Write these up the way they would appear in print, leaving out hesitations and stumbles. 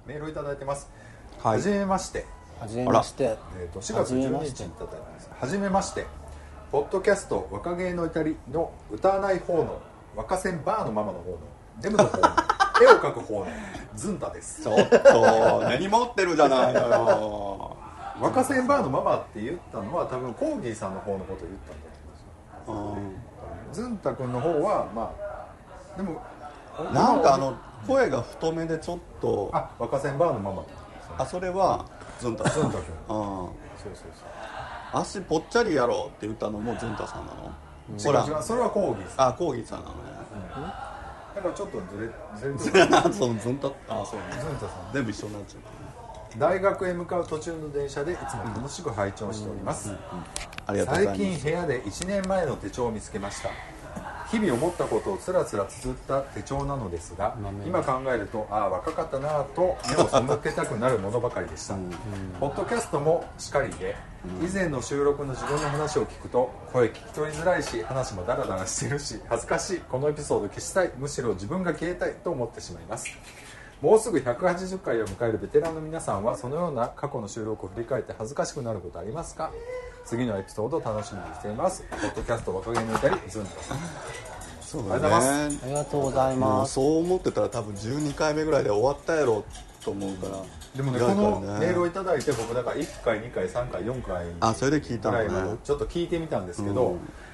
メールをいただいてます。 はい、 はじめまして。 はじめまして。 4月12日にいただいてます。はじめまして。ポッドキャスト若芸の至りの歌わない方の若線バーのママの方のデムの方の絵を描く方のズンタです。 ちょっと根に持ってるじゃないのよ。 若線バーのママって言ったのは多分コーギーさんの方のことを言ったんだと思います。ズンタ君の方はまあでもなんか声が太めでちょっと若線バーのママ、 それはズンタ君。 そうそうそう足ぽっちゃりやろって言ったのもズンタさんなの？ ほらそれはコーギーさん。 コーギーさんなのね。 だからちょっとずれてる。そのズンタそうズンタさん全部一緒になっちゃう。 大学へ向かう途中の電車でいつも楽しく拝聴しております。 ありがとうございます。 最近部屋で1年前の手帳を見つけました。日々思ったことをつらつら綴った手帳なのですが、今考えると若かったなぁと目を背けたくなるものばかりでした。ポッドキャストもしかりで、以前の収録の自分の話を聞くと声聞き取りづらいし、話もダラダラしてるし恥ずかしい、このエピソード消したい、むしろ自分が消えたいと思ってしまいます。もうすぐ180回を迎えるベテランの皆さんはそのような過去の収録を振り返って恥ずかしくなることありますか？次のエピソードを楽しみにしています。ポッドキャスト若芸の至りズンタさん。 そうだね、 ありがとうございます。 そう思ってたら多分12回目ぐらいで終わったやろと思うから、 でもね、このメールをいただいて僕だから1回2回3回4回それで聞いたのね、 ちょっと聞いてみたんですけど、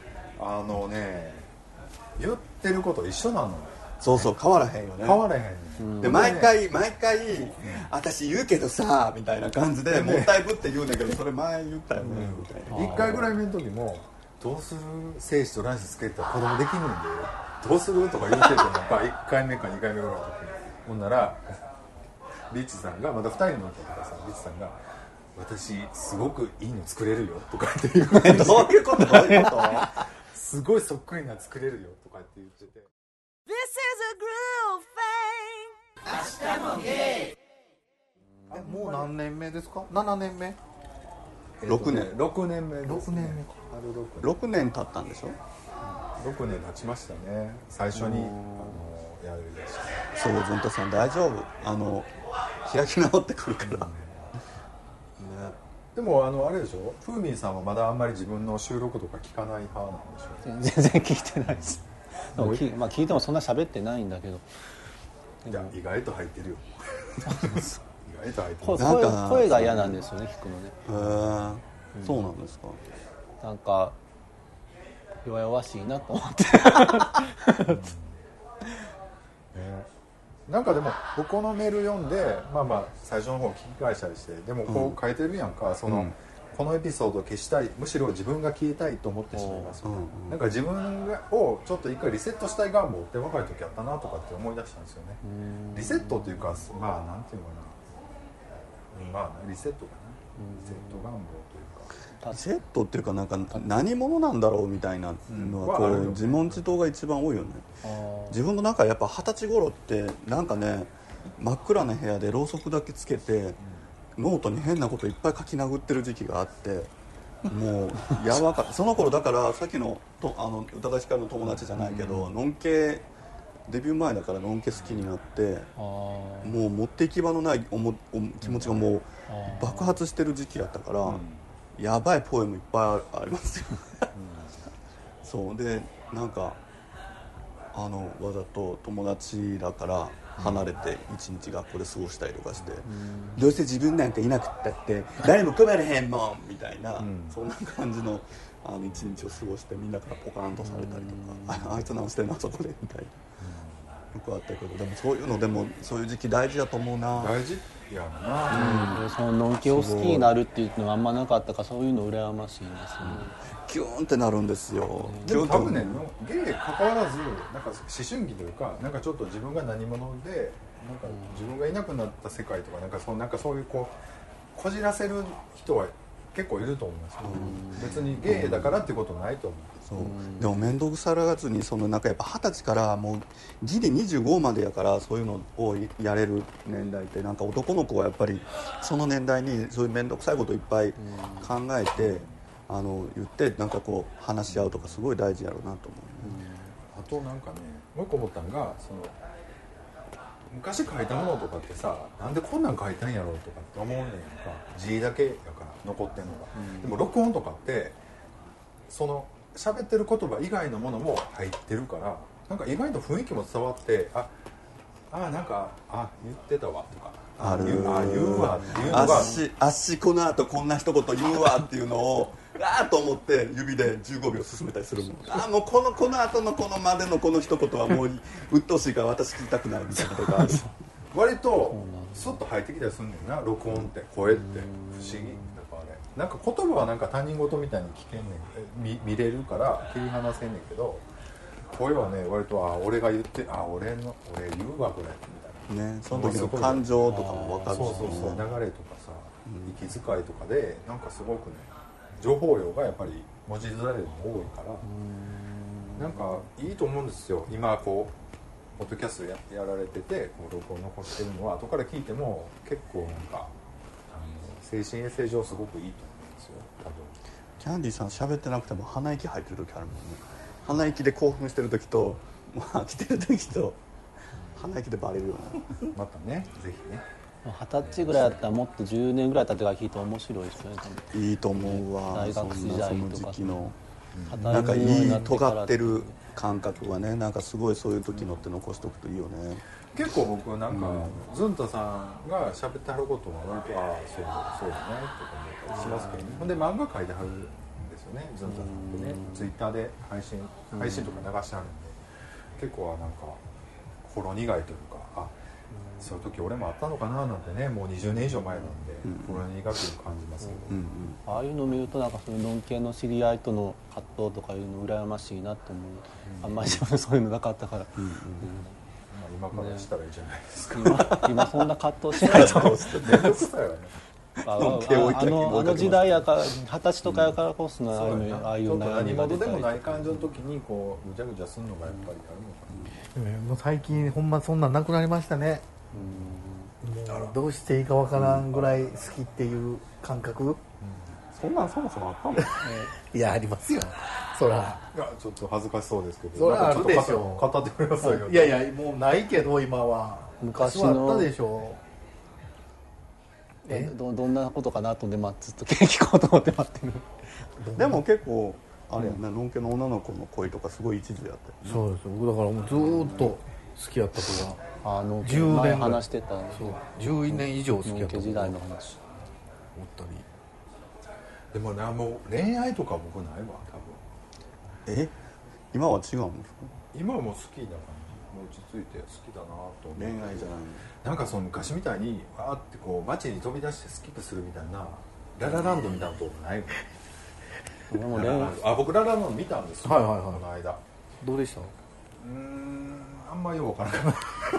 言ってること一緒なの。 そう変わらへんよね。 変わらへん、 で毎回私言うけどさみたいな感じでもったいぶって言うんだけど、それ前言ったよねみたいな。 1回ぐらい目の時もどうする、精子と卵子つけたら子供できるんでどうするとか言ってて、1回目か2回目ぐらいの時ほんならリッチさんがまだ2人の時からさ、リッチさんが私すごくいいの作れるよとかって言うどういうことすごいそっくりな作れるよとかって言ってて、This is a groove thing。 明日もゲイ。もう何年目ですか？7年目 6年 6年目 6年目か。6年経ったんでしょ。 6年経ちましたね。最初にやるでした。 そう、ズンタさん大丈夫、開き直ってくるから、 でもあれでしょ、フーミンさんはまだあんまり自分の収録とか聞かない派なんでしょ。 全然聞いてないです。聞いてもそんな喋ってないんだけど、 いや意外と入ってるよ意外と入ってる。声が嫌なんですよね、聞くのね。 そうなんですか。 なんか弱々しいなと思ってなんかでも僕このメール読んで最初の方聞き返したりして、でもこう書いてるやんか、このエピソードを消したい、むしろ自分が消えたいと思ってしまいます、なんか自分をちょっと一回リセットしたい願望って若い時あったなとかって思い出したんですよね。リセットっていうかなんていうのかな、リセットかな、リセット願望というか、 リセットっていうか、なんか何者なんだろうみたいなのは自問自答が一番多いよね。自分の中やっぱ20歳頃ってなんかね、真っ暗な部屋でろうそくだけつけて、ノートに変なこといっぱい書き殴ってる時期があって、もうやばかったその頃だから、さっきの宇多田ヒカルの友達じゃないけど、ノンケデビュー前だからノンケ好きになって、もう持って行き場のない気持ちがもう爆発してる時期だったから、やばいポエムいっぱいありますよそうで、なんかわざと友達らから離れて一日学校で過ごしたりとかして、どうせ自分なんかいなくったって誰も困れへんもんみたいな、そんな感じの一日を過ごして、みんなからポカーンとされたりとか、あいつ何してんのあそこでみたいな、よくあったけど、でもそういうの、でもそういう時期大事だと思うな。 大事やな、 そののんけを好きになるっていうのがあんまなかったから、そういうの羨ましいですね。 キューンってなるんですよ。 でも多分ね、ゲイ関わらず、なんか思春期というか、なんかちょっと自分が何者で、なんか自分がいなくなった世界とか、なんかそういうこじらせる人は結構いると思いますけど、別にゲイだからっていうことないと思う。 そうでも面倒くさがずに、なんかやっぱ20歳からもうギリ25までやから、そういうのをやれる年代って、なんか男の子はやっぱりその年代にそういう面倒くさいことをいっぱい考えて、言ってなんかこう話し合うとか、すごい大事やろうなと思う、 あとなんかね、もう一個思ったのが、 昔書いたものとかってさ、なんでこんなん書いたんやろうとかって思うねんやんか。字だけやから残ってんのが、でも録音とかってその喋ってる言葉以外のものも入ってるから、なんか意外と雰囲気も伝わって、なんか言ってたわとか、言うわっていうのが、 あっしこの後こんな一言言うわっていうのをと思って指で15秒進めたりするもん。もうこの後のこのまでのこの一言はもう鬱陶しいから私聞きたくないみたいなとか割とスッと入ってきたりするんだよな、録音って声って不思議だからね。なんか言葉はなんか他人事みたいに聞けんねん、見れるから切り離せんねんけど、声はね割と俺が言って俺言うわこれみたいなね、 その時の感情とかも分かるし、 そう流れとかさ、息遣いとかでなんかすごくね、情報量がやっぱり文字面よりも多いから、なんかいいと思うんですよ。今こうポッドキャスト やられててこう録音残してるのは後から聞いても結構なんか精神衛生上すごくいいと思うんですよ。多分キャンディーさん喋ってなくても鼻息入ってる時あるもんね。鼻息で興奮してる時と飽きてる時と鼻息でバレるよねまたね、ぜひね。 20歳ぐらいだったらもっと10年ぐらい経ってから聞いて面白いですよね。 いいと思うわ。 大学時代とかその時期のななんかいい尖ってる感覚はね、なんかすごいそういう時のって残しておくといいよね。 結構僕なんか、ズンタさんが喋ってはることは割とそうだねとか思ったりしますけどね。ほんで漫画描いてはるんですよね、ズンタさんってね。ツイッターで配信とか流してはるんで、結構なんかほろ苦いというか、そういう時俺もあったのかななんてね、もう20年以上前なんでほろ苦く感じますけど、 ああいうのを見るとなんかそういうノン系の知り合いとの葛藤とかいうの羨ましいなと思う、あんまりそういうのなかったから、 今からしたらいいじゃないですか。 今そんな葛藤しないと思うめんどくさいわね。 あの時代やから20歳とかやからこそのああいう悩みが出たりとか、 何事でもない感情の時にこうぐちゃぐちゃするのがやっぱりあるのかな。 もう最近ほんまそんなんなくなりましたね。もうどうしていいかわからんぐらい好きっていう感覚、 そんなんそもそもあったのいやありますよ、そら。 いやちょっと恥ずかしそうですけど、 そらあるでしょ語ってくれますよ。 いやいやもうないけど今は。 昔はあのったでしょ。 どんなことかなと思ってずっと聞こうと思って待ってる。 でも結構あれやね、のんけの女の子の恋とかすごい一途やったよね。 そうですよ、僕だからもうずーっと好きやった子が10年前話してたそう10年以上好きやった子が時代の話おったり。 でもな、もう恋愛とか僕ないわ多分。 今は違うんですか？ 今はもう好きだから、もう落ち着いて好きだなと思う。 恋愛じゃないの？ なんかその昔みたいにわーってこう街に飛び出してスキップするみたいなララランドみたいなとこないもん。僕ララランド見たんですよ、 はいはいはい、 この間。 どうでした？ あんまよくわからない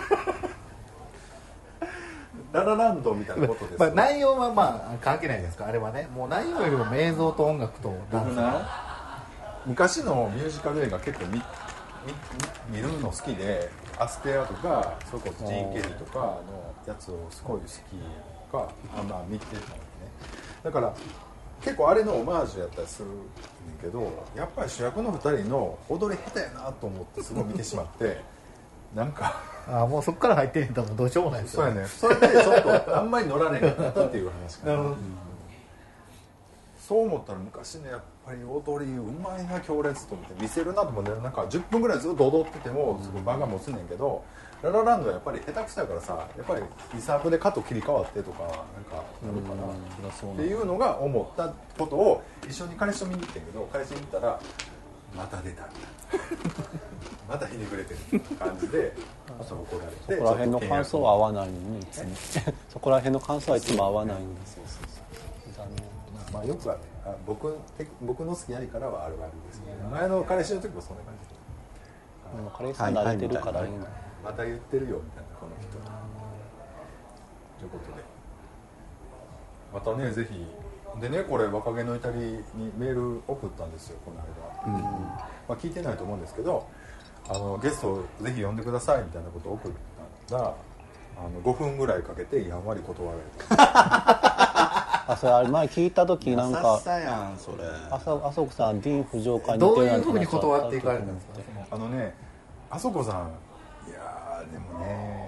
ララランドみたいなことです、 内容はまあ関係ないじゃないですか、あれはね。もう内容よりも映像と音楽とダンスが昔のミュージカル映画結構見るの好きで、アステアとかそれこそジーン・ケリーとかのやつをすごい好きか見てたのね。だから結構あれのオマージュやったりするんだけど、やっぱり主役の2人の踊り下手やなと思ってすごい見てしまってなんかもうそこから入ってんねんたらもうどうしようもないですよ。 そうやね。それでちょっとあんまり乗られへんかったっていう話かな。そう思ったら昔ね、やっぱり踊りうまいな強烈と思って見せるなと思って、なんか10分ぐらいずっと踊っててもすごい場が持つねんけど、ララランドはやっぱり下手くそやからさ、やっぱりリサーブでカット切り替わってとかなんかなるかなっていうのが思ったことを一緒に彼氏と見に行ってんけど、彼氏に見たらまた出たまたひねくれてるみたいな感じで怒られて、 そこら辺の感想は合わないのね、いつもそこら辺の感想はいつも合わないんですよ。残念。 まあよくある、僕の好きなりからはあるあるですね。前の彼氏の時もそんな感じで、 彼氏さん慣れてるからいいんだ。 また言ってるよみたいな、この人ということで、またねぜひでね、これ若気の至りにメール送ったんですよこの間、まあ、聞いてないと思うんですけど、ゲストをぜひ呼んでくださいみたいなことを送ったら5分ぐらいかけてやんわり断られたそれあれ前聞いた時なんか優しさやんそれ。 あそこさんディーン・フジオカにどういうふうに断っていかれたんですか？ あそこさん、いやでもね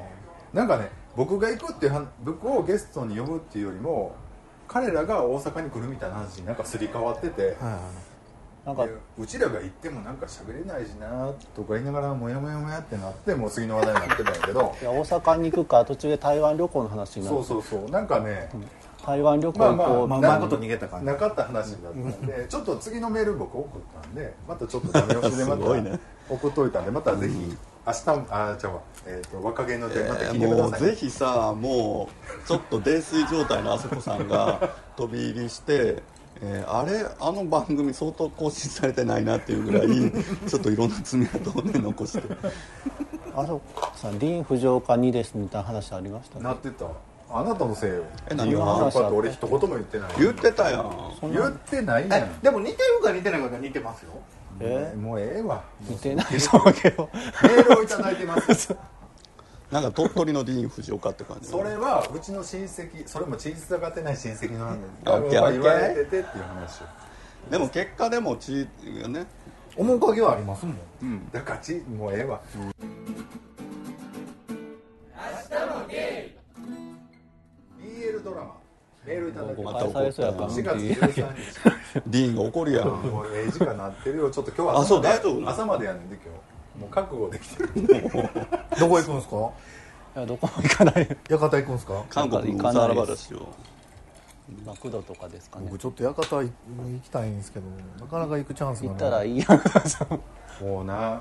なんかね僕が行くっていう僕をゲストに呼ぶっていうよりも彼らが大阪に来るみたいな話になんかすり替わってて、なんかうちらが行ってもなんか喋れないしなとか言いながらもやもやもやってなって、もう次の話題になってたんやけどいや大阪に行くか途中で台湾旅行の話になって、 そうなんかね、 台湾旅行行こう、 うまいこと逃げた感じなかった話だったんでちょっと次のメール僕送ったんで、またちょっとダメ押しでまた送っといたんで、またぜひ明日若気の手また聞いてください、 もうぜひさ、もうちょっと泥酔状態のあそこさんが飛び入りしてあの番組相当更新されてないなっていうぐらいちょっといろんな爪痕をね残してあそこさんディーン・藤岡にですみたいな話ありましたね。 なってた。あなたのせいよ。 何が話だって俺一言も言ってない。 言ってたやん。 言ってないやん。 でも似てるか似てないかが似てますよ。 もうええわ。 似てないそうけどメールをいただいてますなんか鳥取のディーン・藤岡って感じ。 それはうちの親戚、それも血質が出ない親戚の言われててっていう話を。 でも結果でも血がね、 面影はありますもん。 だからもうええわ。BL ドラマメールいただきました。4月13日ディーンが怒るやん。 もうええ時間なってるよ。ちょっと今日は朝までやんで今日もう覚悟できてるどこ行くんですか？ いやどこも行かない。 館行くんですか？ 韓国の小田原話を。 マクドとかですかね。 僕ちょっと館行きたいんですけど、なかなか行くチャンスがない。 行ったらいいやん。 もうな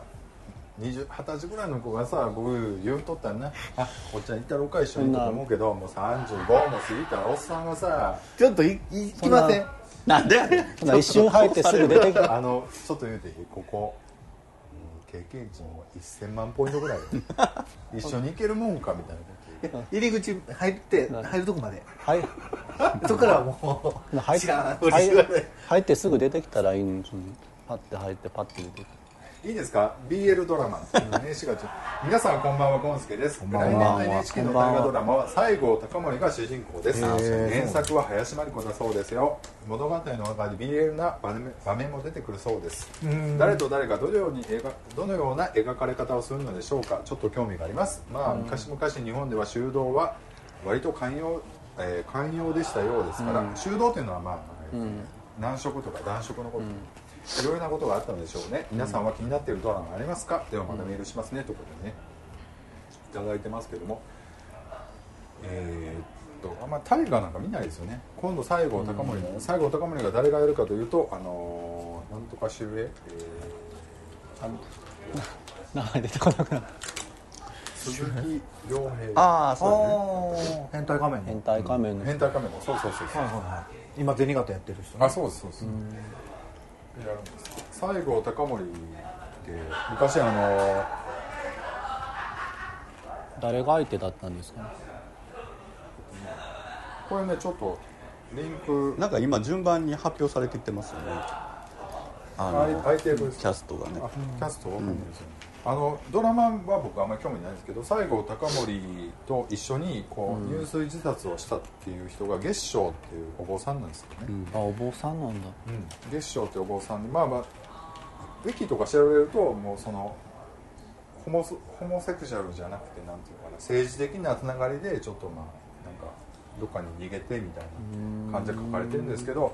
20歳ぐらいの子がさ、僕言うとったんな、あ、おっちゃん行ったろうか一緒にと思うけど、もう35も過ぎたらおっさんはさ、 ちょっと行きません？ なんで一瞬入ってすぐ出てきた。 ちょっと言うていい、ここ経験値も1000万ポイントぐらい一緒に行けるもんかみたいな。 入り口入るとこまで、 はい、 そこからもう入ってすぐ出てきたらいいのに、パッて入ってパッて出てきた。 いいですか？ BL ドラマ皆さんこんばんは、ゴンスケです。来年の NHK の大河ドラマは西郷隆盛が主人公です。原作は林真理子だそうですよ。物語の中で BL な場面も出てくるそうです。誰と誰がどのような描かれ方をするのでしょうか。ちょっと興味があります。まあ昔々日本では修道は割と寛容でしたようですから、修道というのはまあ難色とか男色のこと、いろいろなことがあったのでしょうね。皆さんは気になっているドラマありますか？ではまたメールしますねということでねいただいてますけども、あんまり大河なんか見ないですよね。今度西郷隆盛の西郷隆盛が誰がやるかというと、なんとか襲名、 名前出てこなくなった。 鈴木亮平、 ああそうね、 変態仮面の変態仮面の変態仮面のそう、 今銭形やってる人、 あ、そうですやるんです。西郷隆盛って昔誰が相手だったんですかね。 これねちょっとリンクなんか今順番に発表されていってますよね。 相手です。 キャストがね。 キャストわかんないですよね。ドラマは僕あんまり興味ないんですけど、西郷隆盛と一緒に入水自殺をしたっていう人が月正っていうお坊さんなんですよね。 あ、お坊さんなんだ。 月正ってお坊さんで、まあウィキとか調べるともうそのホモセクシャルじゃなくてなんていうかな、政治的なつながりでちょっとまあなんかどっかに逃げてみたいな感じで書かれてるんですけど、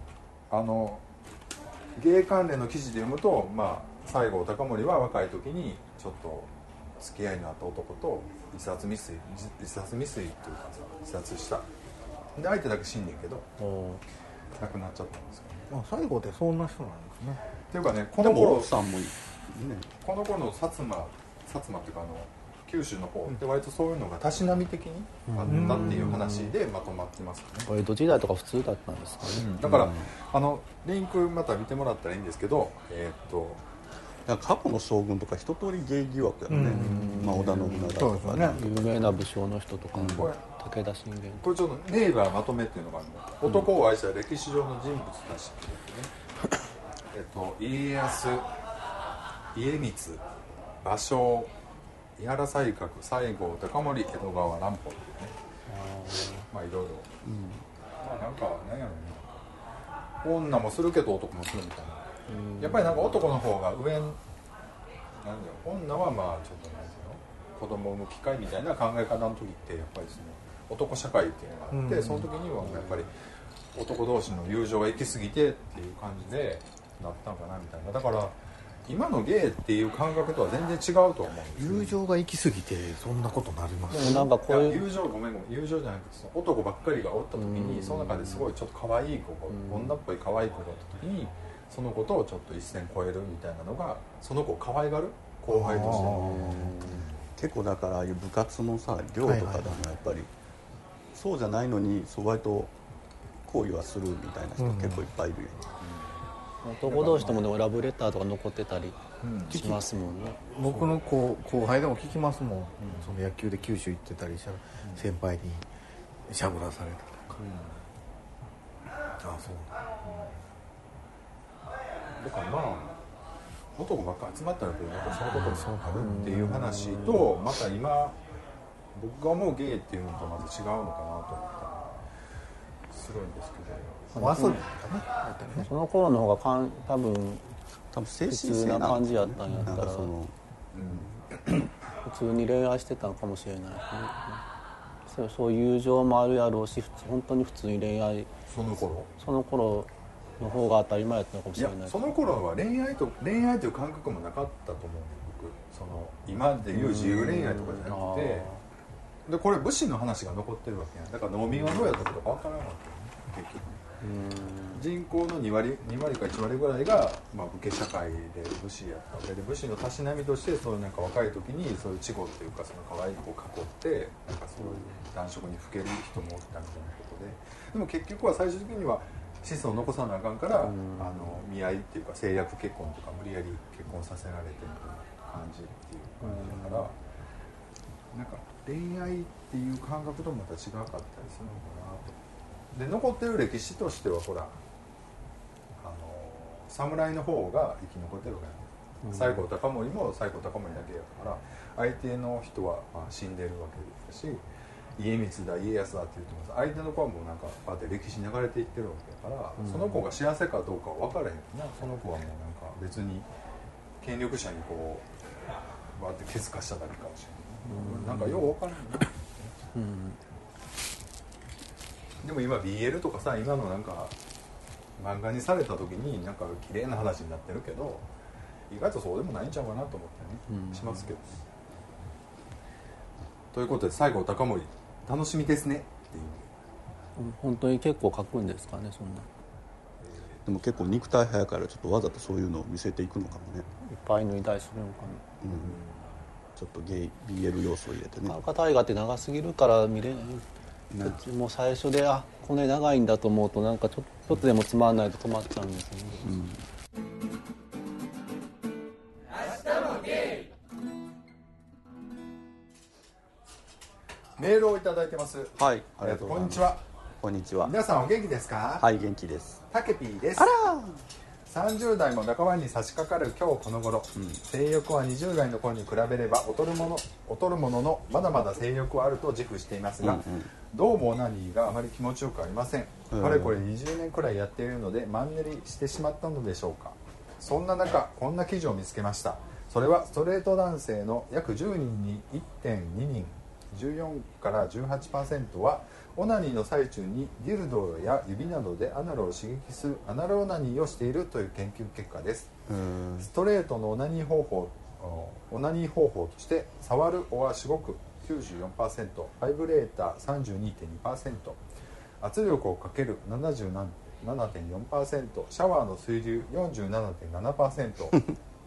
芸関連の記事で読むと、まあ西郷隆盛は若い時にちょっと付き合いのあった男と自殺未遂っていうかさ、自殺したで相手だけ死んでんけど亡くなっちゃったんですよね。 西郷ってそんな人なんですね。 っていうかね、 でも奥さんもいいね。 この頃の薩摩っていうか九州の方って割とそういうのがたしなみ的にあったっていう話でまとまってますかね。 江戸時代とか普通だったんですかね。 だからリンクまた見てもらったらいいんですけど、 過去の将軍とか一通りゲイ疑惑やね。まあ織田信長とかね、 有名な武将の人とか、武田信玄。 これちょっとネイバーまとめっていうのがあるの。男を愛した歴史上の人物たちっていうね。家康、家光、芭蕉、井原西鶴、西郷隆盛、江戸川乱歩っていうね。まあいろいろ。まあなんか何やろうね。女もするけど男もするみたいな。やっぱりなんか男の方が上なんだよ。女はまあちょっとなんていうの、 子供を産む機会みたいな考え方の時ってやっぱりその男社会っていうのがあって、その時にはやっぱり男同士の友情が行き過ぎてっていう感じでなったのかなみたいな。だから今のゲイっていう感覚とは全然違うと思うんですよ。 友情が行き過ぎてそんなことになります？ でもなんかこういう友情友情じゃなくてその男ばっかりがおった時に、その中ですごいちょっと可愛い子が、女っぽい可愛い子がおった時にその子とちょっと一線越えるみたいなのがその子を可愛がる後輩として結構だからああいう部活のさ寮とかでもやっぱりそうじゃないのに割と行為はするみたいな人結構いっぱいいるよ、 男同士ともでもラブレターとか残ってたりしますもんね。 僕の後輩でも聞きますもん、その野球で九州行ってたりしたら先輩にしゃぶらされたとか、ああそうだからまあ男ばっか集まったらやっぱそのことにあるっていう話と、また今僕が思うゲイっていうのとまた違うのかなと思ったらすごいんですけど、 お遊びかな、 その頃の方が多分精神普通性な感じやったんやったらなんかその、 普通に恋愛してたのかもしれないですね。そういう友情もあるやろうし、本当に普通に恋愛、 その頃の方が当たり前やったのかもしいれない。 やその頃は恋愛という感覚もなかったと思う。僕その今でいう自由恋愛とかじゃなくて、でこれ武士の話が残ってるわけやん。だから農民はどうやったことかわからなかったよね結局。人口の2割か1割ぐらいが、まあ、武家社会で武士やったわけで、武士のたしなみとしてそういうなんか若い時にそういう稚児っていうかその可愛い子を囲ってなんかそういう男色にふける人もおったみたいなことで、でも結局は最終的には子孫を残さなあかんから、見合いっていうか政略結婚とか無理やり結婚させられてみたいな感じっていう感じだから、なんか恋愛っていう感覚ともまた違かったりするのかなと。で残ってる歴史としてはほら侍の方が生き残ってるわけなんです、西郷隆盛も西郷隆盛だけやから相手の人はまあ死んでるわけですし、家光だ家康だって言ってます。相手の子はもうなんかバーって歴史流れていってるわけだから、その子が幸せかどうかは分からへんな。その子はもうなんか別に権力者にこうバーってケツかしただけかもしれない、なんかよう分からへんな、でも今 BL とかさ、今のなんか漫画にされた時になんか綺麗な話になってるけど、意外とそうでもないんちゃうかなと思ったり、ねしますけど、ということで西郷隆盛楽しみですねっていう。 本当に結構書くんですかね、そんな。 でも結構肉体派やからちょっとわざとそういうのを見せていくのかもね。 いっぱい脱いだりするのかちょっとゲイ BL 要素を入れてね。 な。赤大河って長すぎるから見れない。もう最初でこれ長いんだと思うとなんかちょっとでもつまんないと止まっちゃうんですよね。 メールをいただいてます。 はい、ありがとうございます。 こんにちは。 こんにちは。 皆さんお元気ですか？ はい、元気です。 たけぴーです。 あら 30代も半ばに差し掛かる今日この頃、性欲は20代の頃に比べれば劣るもののまだまだ性欲はあると自負していますが、どうもオナニーがあまり気持ちよくありません。かれこれ20年くらいやっているのでマンネリしてしまったのでしょうか。そんな中こんな記事を見つけました。それはストレート男性の約10人に 1.2 人14から 18% はオナニーの最中にディルドや指などでアナルを刺激するアナルオナニーをしているという研究結果です。ストレートのオナニー方法として触るおはしごく 94%、 バイブレーター 32.2%、 圧力をかける 77.4%、 シャワーの水流 47.7%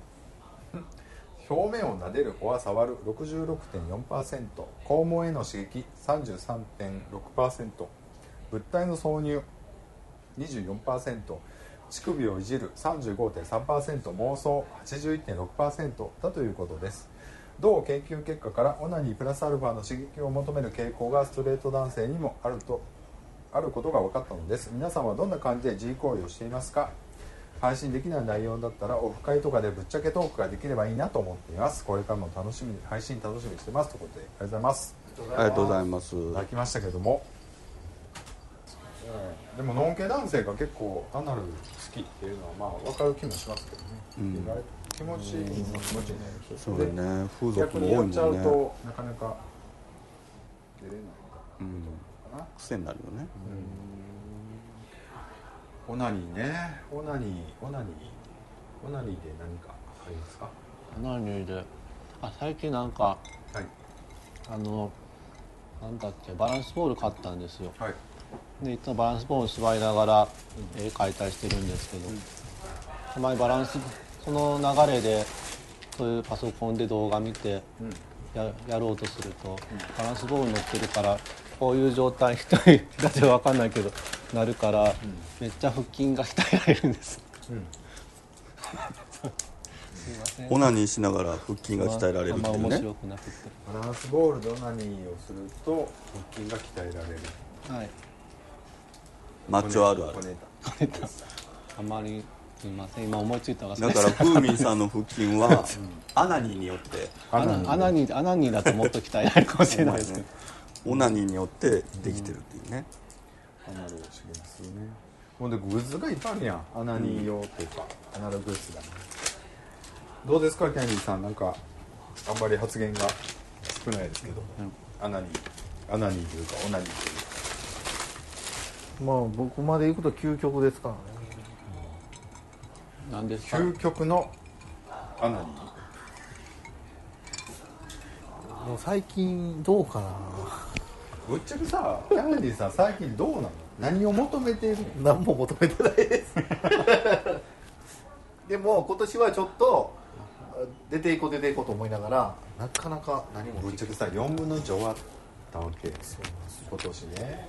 表面を撫でるおは触る 66.4%、 肛門への刺激 33.6%、 物体の挿入 24%、 乳首をいじる 35.3%、 妄想 81.6% だということです。同研究結果からオナニープラスアルファの刺激を求める傾向がストレート男性にもあることが分かったのです。皆さんはどんな感じで自慰行為をしていますか？配信できない内容だったらオフ会とかでぶっちゃけトークができればいいなと思っています。これからも配信楽しみにしてますということで、ありがとうございます。 ありがとうございます。 いただきましたけれども、 でもノンケ男性が結構アナル好きっていうのはまあ分かる気もしますけどね、意外と気持ちいい気持ちいいね。 そうだね、風俗逆も多いもんね。 にやっちゃうとなかなか出れないかな。 癖になるよね。 オナニーね、オナニーで何かありますか？ 何で最近なんかはい。 なんだっけ、バランスボール買ったんですよ。 はい。 でいつもバランスボール座りながら絵描いたりしてるんですけど、たまにその流れでそういうパソコンで動画見てやろうとすると、バランスボール乗ってるからこういう状態一人だけ分かんないけどなるから、めっちゃ腹筋が鍛えられるんです。すいません。 オナニーしながら腹筋が鍛えられるっていうねあんま面白。くなくて、 バランスボールでオナニーをすると腹筋が鍛えられる。 はい、 マッチョあるある。 あまりすいません、今思いついたのがだからフーミンさんの腹筋はアナニーによってアナニーだともっと鍛えられるかもしれないですけど、 オナニーによってできてるっていうね。 アナルを刺激するね。ほんでグッズがいっぱいあるやん。アナニー用っていうか、アナルグッズだね。どうですかキャンディーさん、なんかあんまり発言が少ないですけど、アナニーというかオナニーというか。 まあ僕まで行くと究極ですからね。 なんですか？ 究極のアナニー。 もう最近どうかな。 ぶっちゃけさ、キャンディーさん最近どうなの？何を求めているの？ 何も求めてないですでも今年はちょっと出ていこうと思いながら、なかなか何もぶっちゃけさ、4分の1終わったわけですよ今年ね。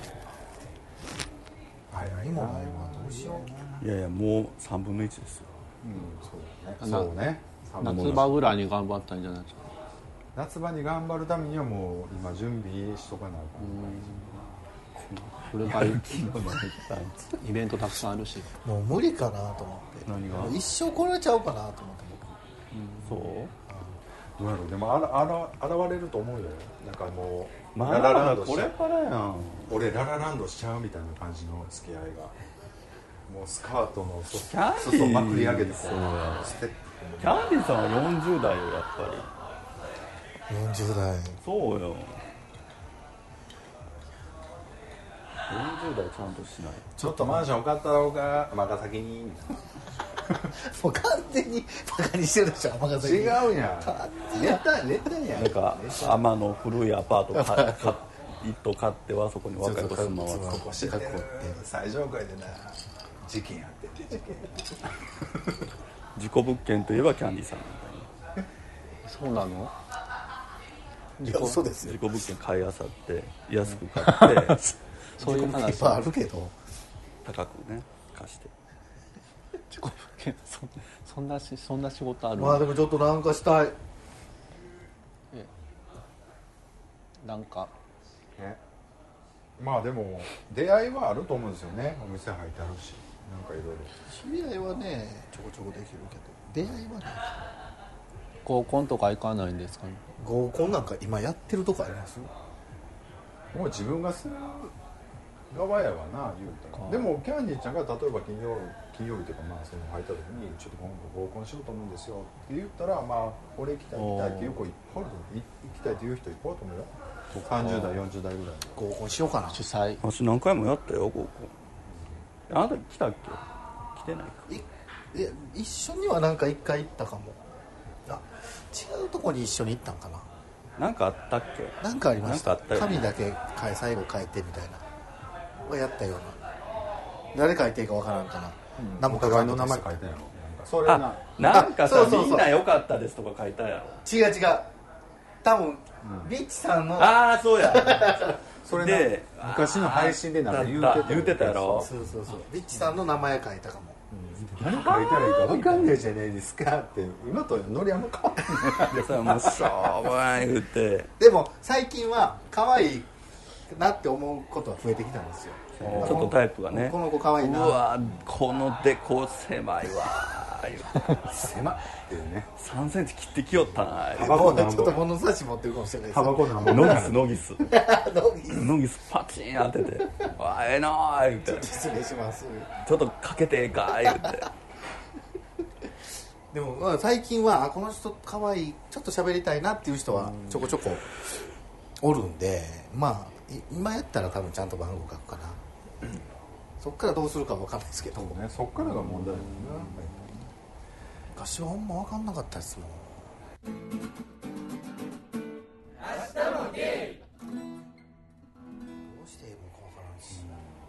何もないわ、どうしよう。 いやいや、もう3分の1ですよ。 そうね。 夏場ぐらいに頑張ったんじゃないですか？ 夏場に頑張るためにはもう今準備しとかなあかん。 これからイベントたくさんあるし、 もう無理かなと思って。 何がもう一生これちゃうかなと思ってそうどうやろう。でも現れると思うよ。なんかもうまララランドだこれからやん。 俺ララランドしちゃうみたいな感じの付き合いが、もうスカートのキャンディー裾まくり上げてこそうやうステップ。 キャンディーさんは40代よ、やっぱり。 40代そうよ。40代ちゃんとしない。 ちょっとマンション買ったろうか尼崎にみたいな。 もう完全にバカにしてるでしょ、尼崎。 違うやん。ネタやん。 なんか天の古いアパート一棟買ってはそこに若い子住まわす。 ここ知ってる。最上階でな事件やってて、事件。 事故物件といえばキャンディーさんみたいな。 そうなの？ いや嘘ですよ事故物件買いあさって安く買ってそういういっ話ぱいあるけど、 高くね貸して。 自己物件そんな仕事ある？ まあでもちょっとなんかしたい。 なんかまあでも出会いはあると思うんですよね。お店入ってあるし、なんかいろいろ。 知り合いはねちょこちょこできるけど、出会いはない。 合コンとか行かないんですかね？ 合コンなんか今やってるとこありますよ。 もう自分がする側やわな言うたら。でもキャンディーちゃんが例えば金曜日とかまあその入った時にちょっと今度合コンしようと思うんですよって言ったら、まあ俺行きたいっていう子いっぱいいると思う。行きたいっていう人いっぱいいると思うよ。30代40代ぐらい。 合コンしようかな。 主催私何回もやったよ合コン。あなた来たっけ？来てないか。 いや一緒にはなんか一回行ったかも。あ、違うとこに一緒に行ったんかな。 なんかあったっけ？ なんかありました。 なんかあったよね紙だけ最後変えてみたいなやったような。誰書いていいかわからんかな。何おも書かんと互いの名前書いたやろ。なんかそれな。 なんかさそうそうそうみんな良かったですとか書いたやろ。 違う多分、リッチさんのああそうや。 それでな昔の配信でなんか言うてたやろ。 そうリッチさんの名前書いたかも。 何書いたらいいか分かんないじゃないですかって今とノリあんま変わんない。 でそれもうしょうもない言ってでも最近は可愛いなって思うことは増えてきたんですよ。 ちょっとタイプがね。 この子可愛いうな。 わこのデコ狭いわ狭っていうね。 3センチ切ってきよったなタバコなんぼちょっと物差し持ってるかもしれないですタバコなんぼノギスパチン当てて「わええなー」言って失礼します。 ちょっとかけてええか言ってでも、まあ、最近はこの人可愛い、ちょっと喋りたいなっていう人はちょこちょこおるんで、まあ今やったら多分ちゃんと番号書くかな、そっからどうするかわかんないですけど、 ね、そっからが問題だよ昔はほんま分かんなかったですもん。どうしていいのか分からんし、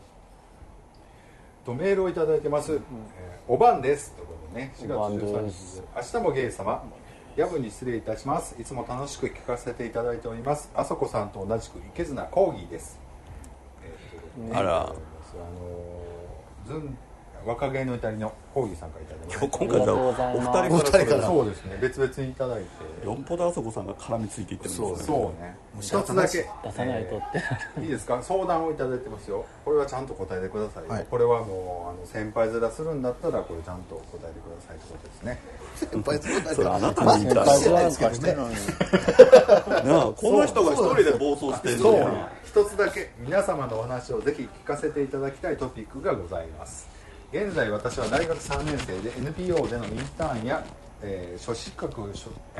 とメールをいただいてます、おばんですということでね、4月おばん 13日です明日もゲイ様、夜分に失礼いたします。いつも楽しく聞かせていただいております。あそこさんと同じく池綱コーギーです。 あらズン若芸の至りのコーギーさんからいただきました。 今回じゃあお二人からそうですね、別々にいただいて、 よっぽどあそこさんが絡みついていってるんですね。 そうね、一つだけ出さないとっていいですか、相談をいただいてますよ。これはちゃんと答えてくださいよ、 はい、 これはもう先輩面するんだったらこれちゃんと答えてくださいってことですね。 先輩それあなたに言ったらしてないですけどね。 なあこの人が一人で暴走してるそうのに一つだけ皆様のお話をぜひ聞かせていただきたいトピックがございます。現在私は大学3年生で NPO でのインターンや、初資格取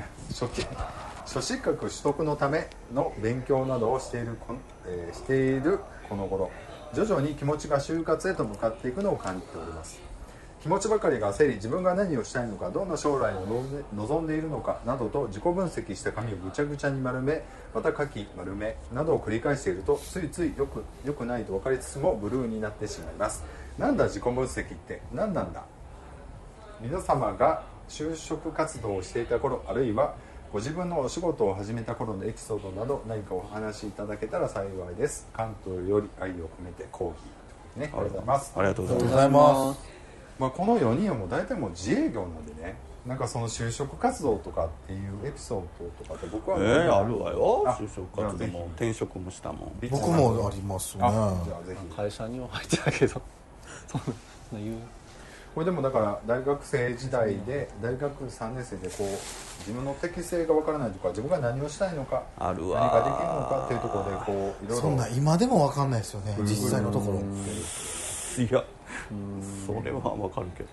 得のための勉強などをしているこの頃、徐々に気持ちが就活へと向かっていくのを感じております。気持ちばかりが焦り、自分が何をしたいのか、どんな将来を望んでいるのかなどと自己分析した紙をぐちゃぐちゃに丸め、また書き丸めなどを繰り返していると、ついつい良くないと分かりつつもブルーになってしまいます。なんだ自己分析って何なんだ。皆様が就職活動をしていた頃、あるいはご自分のお仕事を始めた頃のエピソードなど何かお話しいただけたら幸いです。関東より愛を込めてコーヒー、ね、ありがとうございます。 ありがとうごありがとうございまざいます。 まあ、この4人はもう大体もう自営業なんでね、なんかその就職活動とかっていうエピソードとかって僕はす。あるわよ。 あ就職活動も転職もしたもん。 僕もありますね。 あ、じゃあぜひ。 会社には入ってたけどそんな言うこれでもだから大学生時代で大学3年生でこう自分の適性がわからないとか、自分が何をしたいのか、 あるわ何ができるのかっていうところでこういろいろそんな今でも分かんないですよね、実際のところ。 いやそれはわかるけど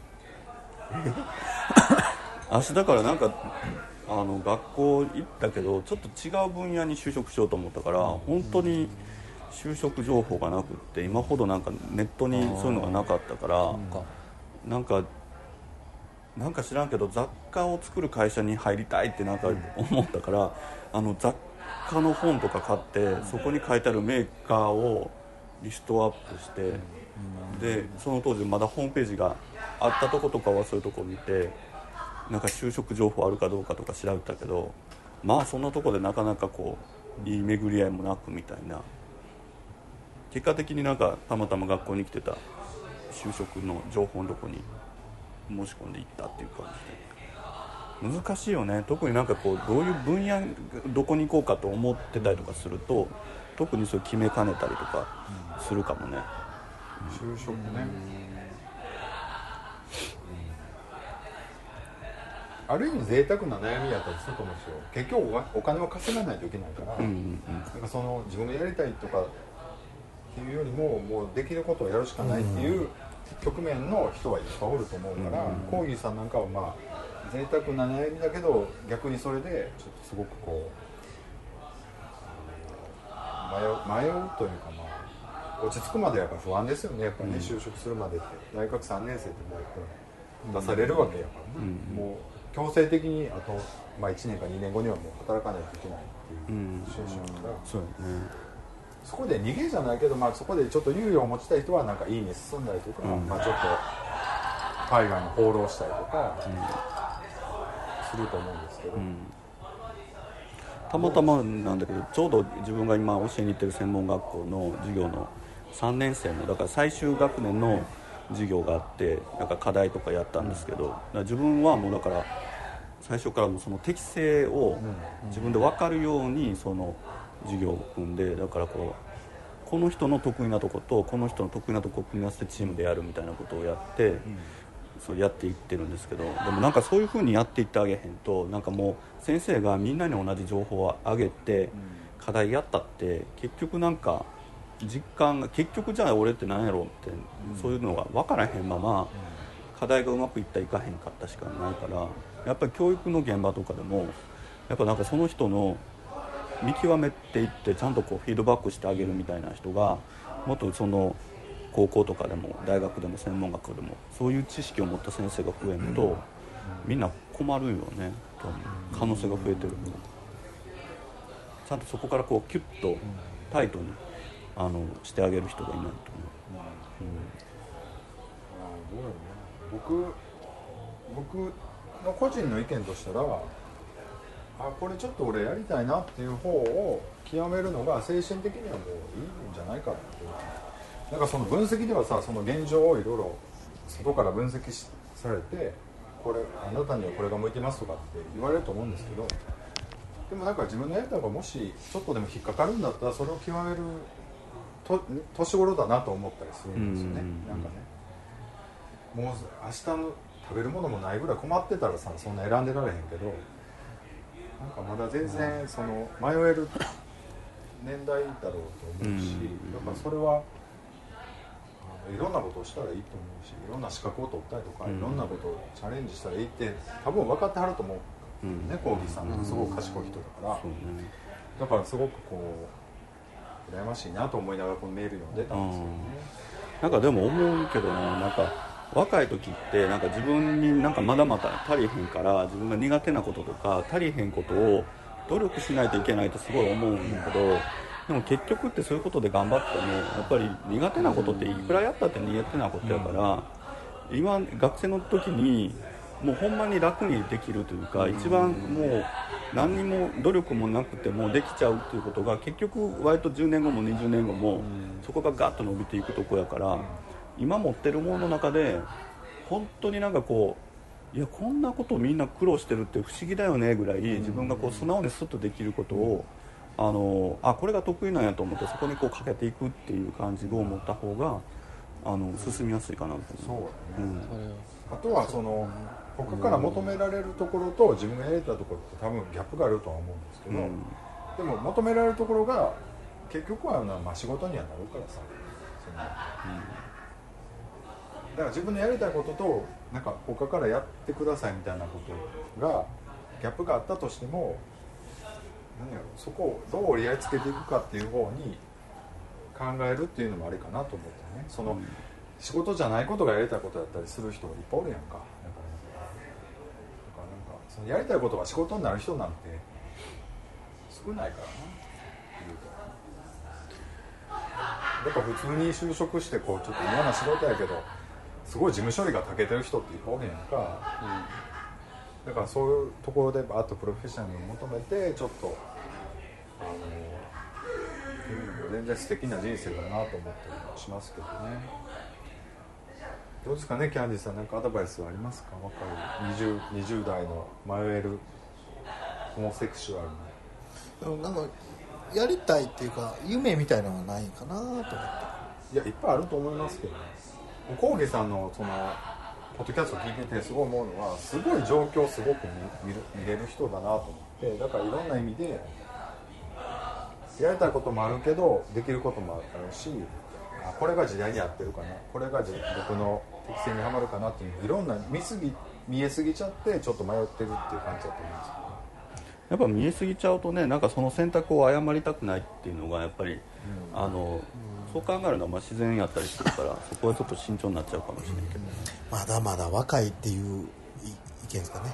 私だからなんか学校行ったけどちょっと違う分野に就職しようと思ったから、本当に就職情報がなくって、今ほどなんかネットにそういうのがなかったから、なんか知らんけど雑貨を作る会社に入りたいってなんか思ったから、雑貨の本とか買ってそこに書いてあるメーカーをリストアップして、でその当時まだホームページがあったとことかはそういうとこ見て、なんか就職情報あるかどうかとか調べたけど、まあそんなとこでなかなかこういい巡り合いもなくみたいな。結果的になんかたまたま学校に来てた就職の情報のとこに申し込んでいったっていう感じで、難しいよね。特になんかこうどういう分野どこに行こうかと思ってたりとかすると、特にそれ決めかねたりとかするかもね。 就職ね、ある意味贅沢な悩みやったりすると思うんですよ。結局お金を稼がないといけないから、なんかその自分がやりたいとかっていうよりも、もうできることをやるしかないっていう局面の人はいっぱいおると思うから、コーギーさんなんかはまあ贅沢な悩みだけど、逆にそれでちょっとすごくこう迷うというか、まあ落ち着くまでやっぱ不安ですよね、やっぱりね、就職するまでって。大学3年生ってもう出されるわけやからね、もう強制的にあと、まあ、1年か2年後にはもう働かないといけないっていうシチュエーションだから、 そうだね。 そこで逃げじゃないけど、まあ、そこでちょっと猶予を持ちたい人はなんかいいね進んだりとか、まあ、ちょっと海外に放浪したりとかすると思うんですけど、 たまたまなんだけど、ちょうど自分が今教えに行ってる専門学校の授業の3年生のだから最終学年の授業があって、なんか課題とかやったんですけど、だから自分はもうだから最初からもその適性を自分で分かるようにその授業を組んで、だからこの人の得意なとことこの人の得意なとこを組み合わせてチームでやるみたいなことをやって、 そうやっていってるんですけど、でもなんかそういう風にやっていってあげへんと、なんかもう先生がみんなに同じ情報をあげて課題やったって結局なんか実感が結局じゃあ俺って何やろうって、そういうのが分からへんまま課題がうまくいったいかへんかったしかないから、やっぱり教育の現場とかでもやっぱなんかその人の見極めていってちゃんとこうフィードバックしてあげるみたいな人がもっとその高校とかでも大学でも専門学でもそういう知識を持った先生が増えるとみんな困るよねと思う。可能性が増えてる。ちゃんとそこからこうキュッとタイトにしてあげる人がいないと思う。 僕の個人の意見としたら、これちょっと俺やりたいなっていう方を極めるのが精神的にはもういいんじゃないかって。なんかその分析ではさ、その現状をいろいろ外から分析されて、これあなたにはこれが向いてますとかって言われると思うんですけど、でもなんか自分のやりたいことがもしちょっとでも引っかかるんだったらそれを極める年頃だなと思ったりするんですよね。なんかね、もう明日の食べるものもないぐらい困ってたらさ、そんな選んでられへんけど、なんかまだ全然その迷える年代だろうと思うし、だからそれはいろんなことをしたらいいと思うし、いろんな資格を取ったりとか、いろんなことをチャレンジしたらいいって多分分かってはると思うね、コーギーさんってすごく賢い人だから、だからすごくこう羨ましいなと思いながらこのメール読んでたんですよね。 なんかでも思うけどね、なんか若い時ってなんか自分になんかまだまだ足りへんから、自分が苦手なこととか足りへんことを努力しないといけないとすごい思うんだけど、でも結局ってそういうことで頑張ってもやっぱり苦手なことっていくらやったって苦手なことやから、今学生の時にもうほんまに楽にできるというか、一番もう何にも努力もなくてもできちゃうっていうことが結局割と10年後も20年後もそこがガッと伸びていくとこやから、今持ってるものの中で本当になんかこう、いやこんなことみんな苦労してるって不思議だよねぐらい自分がこう素直にスッとできることをこれが得意なんやと思ってそこにこうかけていくっていう感じを持った方が進みやすいかなと思う。 あとはその他から求められるところと自分がやりたいところって多分ギャップがあるとは思うんですけど、でも求められるところが結局は仕事にはなるからさ、だから自分のやりたいこととなんか他からやってくださいみたいなことがギャップがあったとしても、何やろ、そこをどう折り合いつけていくかっていう方に考えるっていうのもありかなと思ってね。その仕事じゃないことがやりたいことだったりする人がいっぱいおるやんか。だからなんかそのやりたいことが仕事になる人なんて少ないからな。だから普通に就職してこうちょっと嫌な仕事やけどすごい事務処理が長けてる人っていっぱいおるやんか。だからそういうところでバーッとプロフェッショナルを求めてちょっと全然素敵な人生だなと思ったりもしますけどね。どうですかね、キャンディーさん、なんかアドバイスはありますか？若い 20代の迷えるホモセクシュアルのなんかやりたいっていうか夢みたいなのはないかなと思って。 いや、いっぱいあると思いますけどね。コーギーさんのそのポッドキャストを聞いててすごい思うのは、すごい状況をすごく見れる人だなと思って、だからいろんな意味でやりたいこともあるけどできることもあるし、これが時代に合ってるかな、これが僕の適性にはまるかなっていういろんな見えすぎちゃってちょっと迷ってるっていう感じだと思うんですけど、 やっぱ見えすぎちゃうとね、なんかその選択を誤りたくないっていうのがやっぱり、そう考えるのは自然やったりするからそこはちょっと慎重になっちゃうかもしれないけど、 まだまだ若いっていう意見ですかね。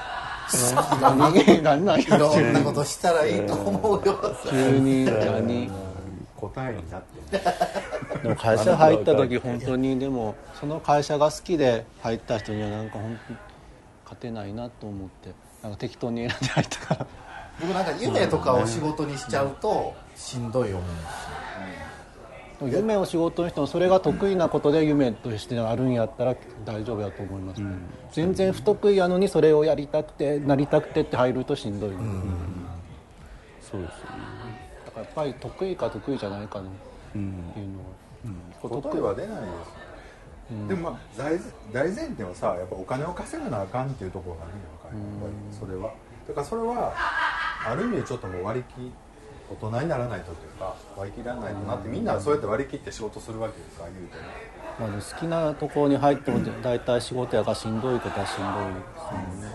何いろんなことしたらいいと思うよ。 急に何答えになってでも会社入った時本当にでもその会社が好きで入った人にはなんか本当に勝てないなと思ってなんか適当に選んで入ったから僕なんか夢とかを仕事にしちゃうとしんどい思うし、 夢を仕事にしてもそれが得意なことで夢としてあるんやったら大丈夫だと思います、全然不得意やのにそれをやりたくてなりたくてって入るとしんどい、 そうですよね。 だからやっぱり得意か得意じゃないかのっていうのは、 答えは出ないです。 でもまあ大前提はさやっぱお金を稼がなあかんっていうところがあるんやんか、やっぱりそれはだからそれはある意味ちょっともう割り切大人にならないとというか割り切らないとなってみんなそうやって割り切って仕事するわけですから言うてね、 まあ、好きなところに入っても大体仕事やからしんどいことはしんどいですもんね、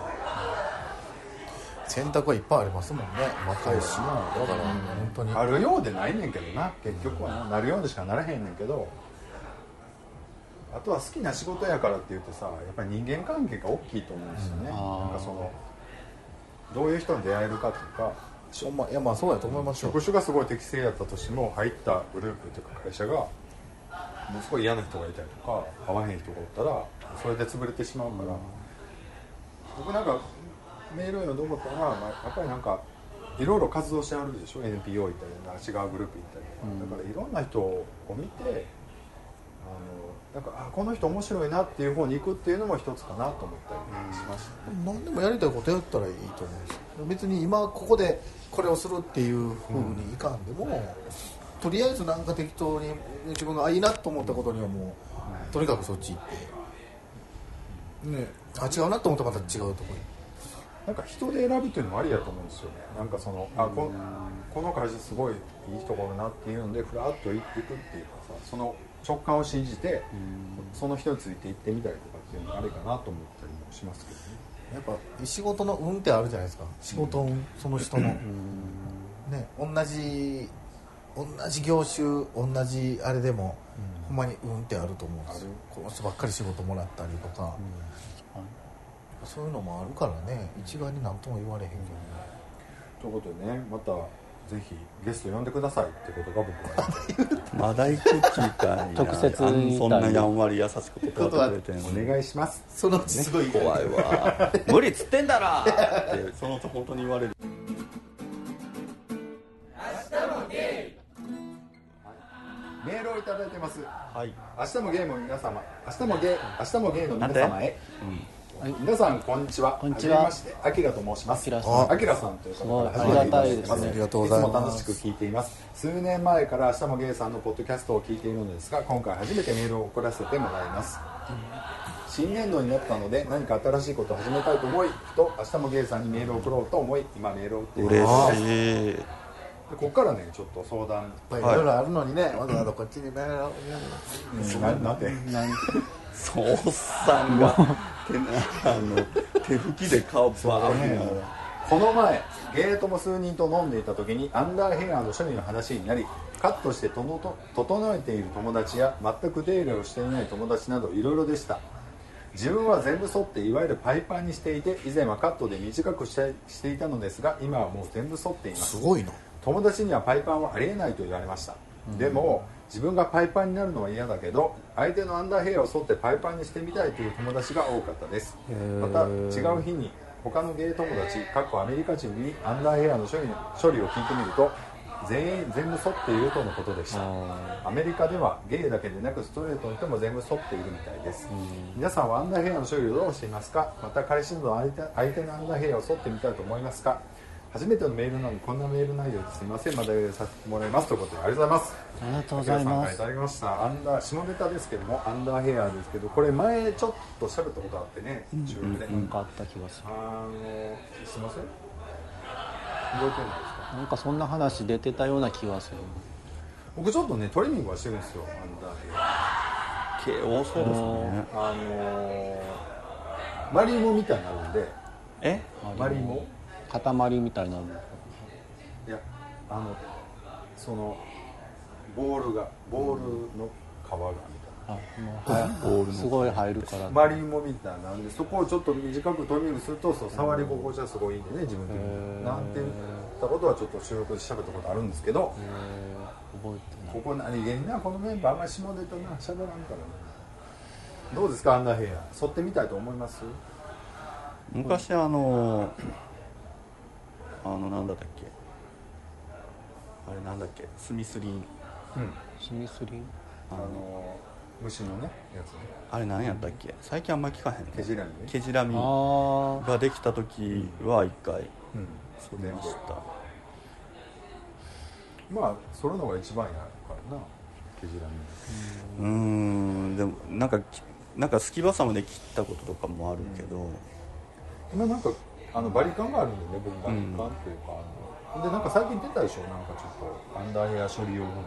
選択はいっぱいありますもんね若いしだから本当にあるようでないねんけどな結局はなるようでしかならへんねんけどあとは好きな仕事やからって言ってさやっぱり人間関係が大きいと思うんですよね、なんかそのどういう人に出会えるかとかいやまあそうやと思いますよ。 職種がすごい適正やったとしても入ったグループというか会社がもうすごい嫌な人がいたりとか合わへん人がおったらそれで潰れてしまうから、僕なんかメールを読んで思ったのは、まあ、やっぱりなんかいろいろ活動してあるでしょ NPO 行ったり違うグループ行ったり、だからいろんな人を見てなんかこの人面白いなっていう方に行くっていうのも一つかなと思ったりしましたね、 何でもやりたいことやったらいいと思うんですよ。別に今ここでこれをするっていう風にいかんでも、とりあえずなんか適当に自分がいいなと思ったことにはもう、とにかくそっち行ってね、違うなと思ったらまた違うところになんか人で選ぶっていうのもありやと思うんですよね。なんかそのこの会社すごいいいところなっていうのでふらっと行くっていうかさ、その直感を信じてその人について行ってみたりとかっていうのがあれかなと思ったりもしますけどね。 やっぱ仕事の運ってあるじゃないですか。仕事運、その人のね、同じ業種同じあれでも、ほんまに運ってあると思うんですよ。この人ばっかり仕事もらったりとか、そういうのもあるからね、一概に何とも言われへんけどね。 ということでね、またぜひゲスト呼んでくださいってことが僕は言いたいまだ行く気かいな直接言いたいそんなやんわり優しく断ってくれてんのにお願いします。 そのうちすごい怖いわ無理っつってんだろってそのと本当に言われる。 メールをいただいてます。 はい、 明日もゲームの皆様、明日もゲーの皆様へ。皆さんこんにちは。 こんにちは。 はじめまして、アキラと申します。アキラさんという方からありがたいですね。 ありがとうございます。 いつも楽しく聞いています。数年前から明日もゲイさんのポッドキャストを聞いているのですが、今回初めてメールを送らせてもらいます。新年度になったので何か新しいことを始めたいと思い、ふと明日もゲイさんにメールを送ろうと思い、今メールを打っています。 嬉しい。 でここからねちょっと相談、 いろいろあるのにね、わざわざこっちにメールをなんておっさんが手拭きで顔バーン。 この前ゲートも数人と飲んでいた時にアンダーヘアの処理の話になり、カットして整えている友達や全く手入れをしていない友達などいろいろでした。自分は全部剃っていわゆるパイパンにしていて、以前はカットで短くしていたのですが、今はもう全部剃っています。 すごいな。 友達にはパイパンはありえないと言われました。でも自分がパイパンになるのは嫌だけど、相手のアンダーヘアを剃ってパイパンにしてみたいという友達が多かったです。また違う日に他のゲイ友達アメリカ人にアンダーヘアの処理を聞いてみると、全員全部剃っているとのことでした。アメリカではゲイだけでなくストレートの人も全部剃っているみたいです。皆さんはアンダーヘアの処理をどうしていますか？また彼氏など相手のアンダーヘアを剃ってみたいと思いますか？初めてのメールなのにこんなメール内容ですみません。また用意させてもらいますということで、ありがとうございます。 ありがとうございます。 あきらさんからいただきました。アンダー下ネタですけども、アンダーヘアですけど、これ前ちょっと喋ったことあってね、中で、 なんかあった気がする。 すいません、覚えてないですか？ なんかそんな話出てたような気がする。 僕ちょっとねトレーニングはしてるんですよ、アンダーヘア。 毛多そうですね。 マリモみたいになるんで。マリモ塊みたいになる。 いや、そのボールの皮がみたいな、 すごい入るから。 マリモみたいなんで、そこをちょっと短くトレーニングすると、そう触り心地はすごいいいんでね、自分的になんて言ったことはちょっと収録で喋ったことあるんですけど、 覚えてない。 ここ何気にな、このメンバーあんまり下ネタな喋らんからね。どうですか、アンダーヘア剃ってみたいと思います？ 昔なんだったっけ、あれなんだっけ、スミスリン、 スミスリン、 虫のねやつね、 あれ何やったっけ、最近あんまり聞かへんね。 毛じらみね。 毛じらみができた時は一回剃りました。 まあそれのが一番やからな。 毛じらみ。 でもなんかすきばさまで切ったこととかもあるけど、 今なんかバリカンがあるんでね、僕バリカンというか、でなんか最近出たでしょ、なんかちょっとアンダーヘア処理用のなん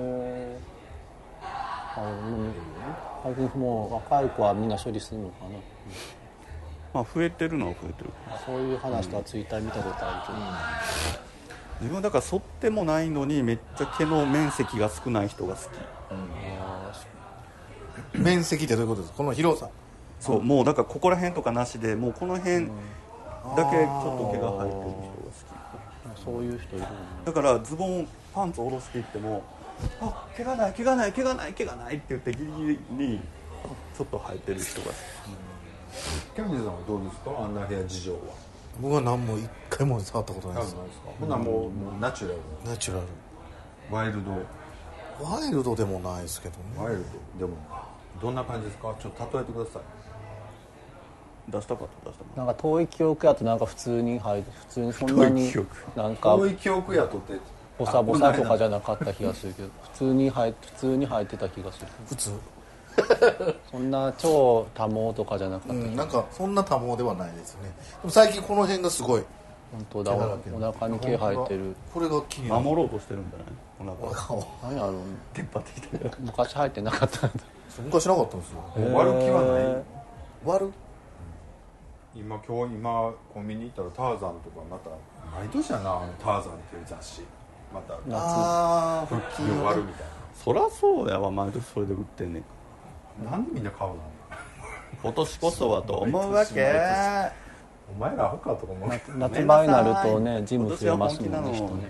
か最近もう若い子はみんな処理するのかな、 まあ増えてるのは増えてる。 そういう話とはツイッター見たことあるけど、 自分はだから剃ってもないのにめっちゃ毛の面積が少ない人が好き。 面積ってどういうことですか？この広さ。 そう、もうだからここら辺とかなしで、もうこの辺だけちょっと毛が生えてる人が好き。 そういう人いるのね。 だからズボンパンツ下ろしていっても、あ、毛がない毛がない毛がない毛がないって言ってギリギリにちょっと生えてる人が好き。 キャンディーさんはどうですか、アンダーヘア事情は。 僕は何も一回も触ったことないです。 ほなもうナチュラル、 ナチュラル。 ワイルド。 ワイルドでもないですけどね。 ワイルドでもどんな感じですか、ちょっと例えてください。 出したかった出したかっなんか遠い記憶やとなんか普通にそんなに遠い記憶なんか遠い記憶やとってボサボサとかじゃなかった気がするけど、普通に生えてた気がする。 普通。 そんな超多毛とかじゃなかった気がする。 なんかそんな多毛ではないですね。でも最近この辺がすごい。 本当だ、お腹に毛生えてる。 これが気になる。 守ろうとしてるんじゃない？お腹を何やろう、 出っ張ってきてる。 昔生えてなかったんだ。 昔なかったんですよ。 割る気はない。 割る。 今コンビニ行ったらターザンとかまた毎年やな、ターザンっていう雑誌またああ、 腹筋を割るみたいそらそうやわ、毎年それで売ってんねん。 な。なんでみんな買うの。 今年こそはと思うわけ。 お前らアホかとか思う。 夏場になるとね、ジム増えますもんね、人ね。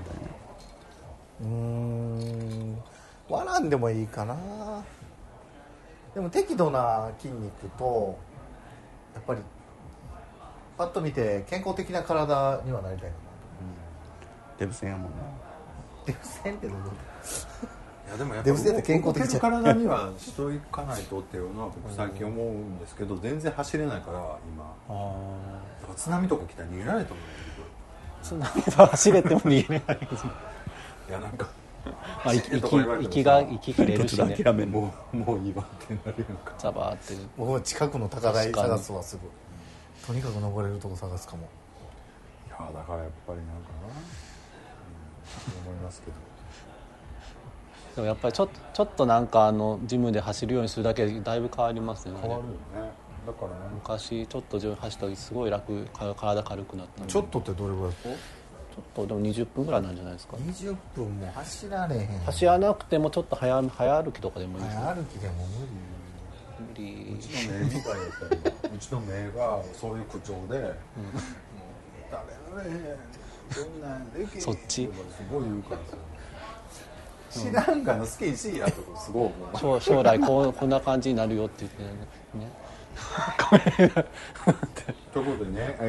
割らんでもいいかな。でも適度な筋肉とやっぱりパッと見て健康的な体にはなりたいかな。 デブ戦やもんね。 デブ戦ってどういうこと？ いやでもやっぱデブ戦って健康的じゃん。 体にはしといかないとっていうのは僕最近思うんですけど、全然走れないから今。だから津波とか来たら逃げられると思津波と走れても逃げれないですね。 う。いやなんかまあ、息切れるしね。 諦めんもういいわってなるのか。 ザバーって。 僕は近くの高台探すわ、すぐ。とにかく登れるとこ探すかも。 いやだからやっぱりなんかな、思いますけど。 でもやっぱりちょっとなんかジムで走るようにするだけでだいぶ変わりますよね。 変わるよね。だからなんか昔ちょっと走った時すごい体軽くなった。 ちょっとってどれぐらいですか？ ちょっとでも20分ぐらいなんじゃないですか。 20分も走られへん。 走らなくてもちょっと早歩きとかでもいいですね。 早歩きでも無理。 うちの目みたいやったらうちの目がそういう口調で、もう誰やれへんそんなんできへんそっちとかすごい言うからさ、知らんがな好きにしいやとかすごい思う。 将来こんな感じになるよって言ってね。 ということでね、